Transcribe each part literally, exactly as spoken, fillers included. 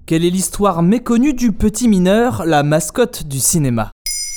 Quelle est l'histoire méconnue du petit mineur, la mascotte du cinéma ?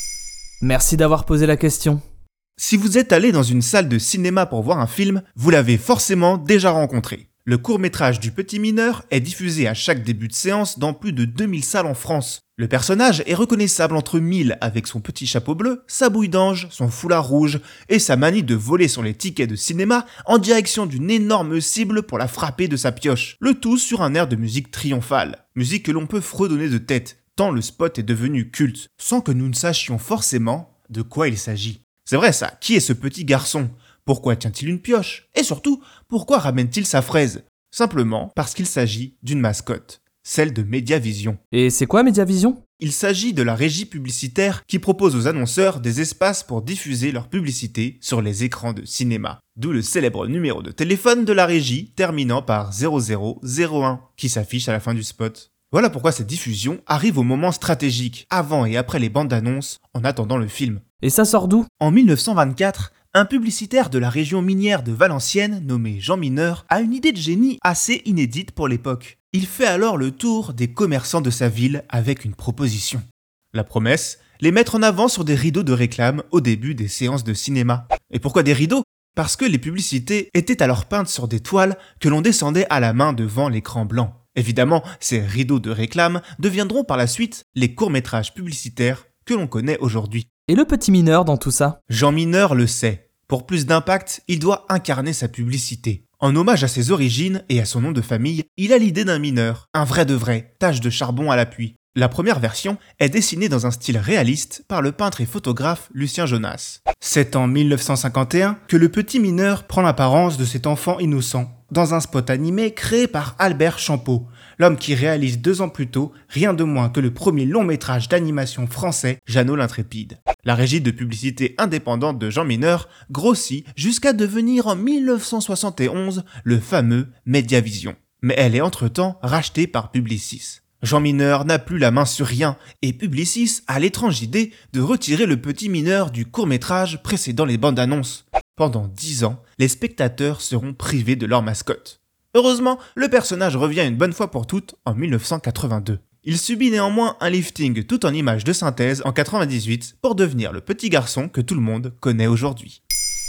Merci d'avoir posé la question. Si vous êtes allé dans une salle de cinéma pour voir un film, vous l'avez forcément déjà rencontré. Le court-métrage du petit mineur est diffusé à chaque début de séance dans plus de deux mille salles en France. Le personnage est reconnaissable entre mille avec son petit chapeau bleu, sa bouille d'ange, son foulard rouge et sa manie de voler sur les tickets de cinéma en direction d'une énorme cible pour la frapper de sa pioche. Le tout sur un air de musique triomphale. Musique que l'on peut fredonner de tête, tant le spot est devenu culte, sans que nous ne sachions forcément de quoi il s'agit. C'est vrai ça, qui est ce petit garçon ? Pourquoi tient-il une pioche ? Et surtout, pourquoi ramène-t-il sa fraise ? Simplement parce qu'il s'agit d'une mascotte, celle de Mediavision. Et c'est quoi Mediavision ? Il s'agit de la régie publicitaire qui propose aux annonceurs des espaces pour diffuser leur publicité sur les écrans de cinéma. D'où le célèbre numéro de téléphone de la régie terminant par zéro zéro zéro un qui s'affiche à la fin du spot. Voilà pourquoi cette diffusion arrive au moment stratégique, avant et après les bandes d'annonces, en attendant le film. Et ça sort d'où ? En dix-neuf cent vingt-quatre, un publicitaire de la région minière de Valenciennes, nommé Jean Mineur, a une idée de génie assez inédite pour l'époque. Il fait alors le tour des commerçants de sa ville avec une proposition. La promesse, les mettre en avant sur des rideaux de réclame au début des séances de cinéma. Et pourquoi des rideaux ? Parce que les publicités étaient alors peintes sur des toiles que l'on descendait à la main devant l'écran blanc. Évidemment, ces rideaux de réclame deviendront par la suite les courts-métrages publicitaires que l'on connaît aujourd'hui. Et le petit mineur dans tout ça ? Jean Mineur le sait. Pour plus d'impact, il doit incarner sa publicité. En hommage à ses origines et à son nom de famille, il a l'idée d'un mineur, un vrai de vrai, tache de charbon à l'appui. La première version est dessinée dans un style réaliste par le peintre et photographe Lucien Jonas. C'est en dix-neuf cent cinquante et un que le petit mineur prend l'apparence de cet enfant innocent, dans un spot animé créé par Albert Champeau, l'homme qui réalise deux ans plus tôt rien de moins que le premier long métrage d'animation français, Jeannot l'intrépide. La régie de publicité indépendante de Jean Mineur grossit jusqu'à devenir en dix-neuf cent soixante et onze le fameux Mediavision. Mais elle est entre-temps rachetée par Publicis. Jean Mineur n'a plus la main sur rien et Publicis a l'étrange idée de retirer le petit mineur du court-métrage précédant les bandes annonces. Pendant dix ans, les spectateurs seront privés de leur mascotte. Heureusement, le personnage revient une bonne fois pour toutes en dix-neuf cent quatre-vingt-deux. Il subit néanmoins un lifting tout en images de synthèse en quatre-vingt-dix-huit pour devenir le petit garçon que tout le monde connaît aujourd'hui.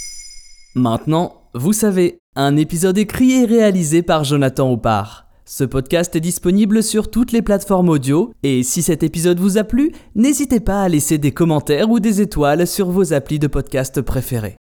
Maintenant, vous savez, un épisode écrit et réalisé par Jonathan Oppard. Ce podcast est disponible sur toutes les plateformes audio et si cet épisode vous a plu, n'hésitez pas à laisser des commentaires ou des étoiles sur vos applis de podcast préférés.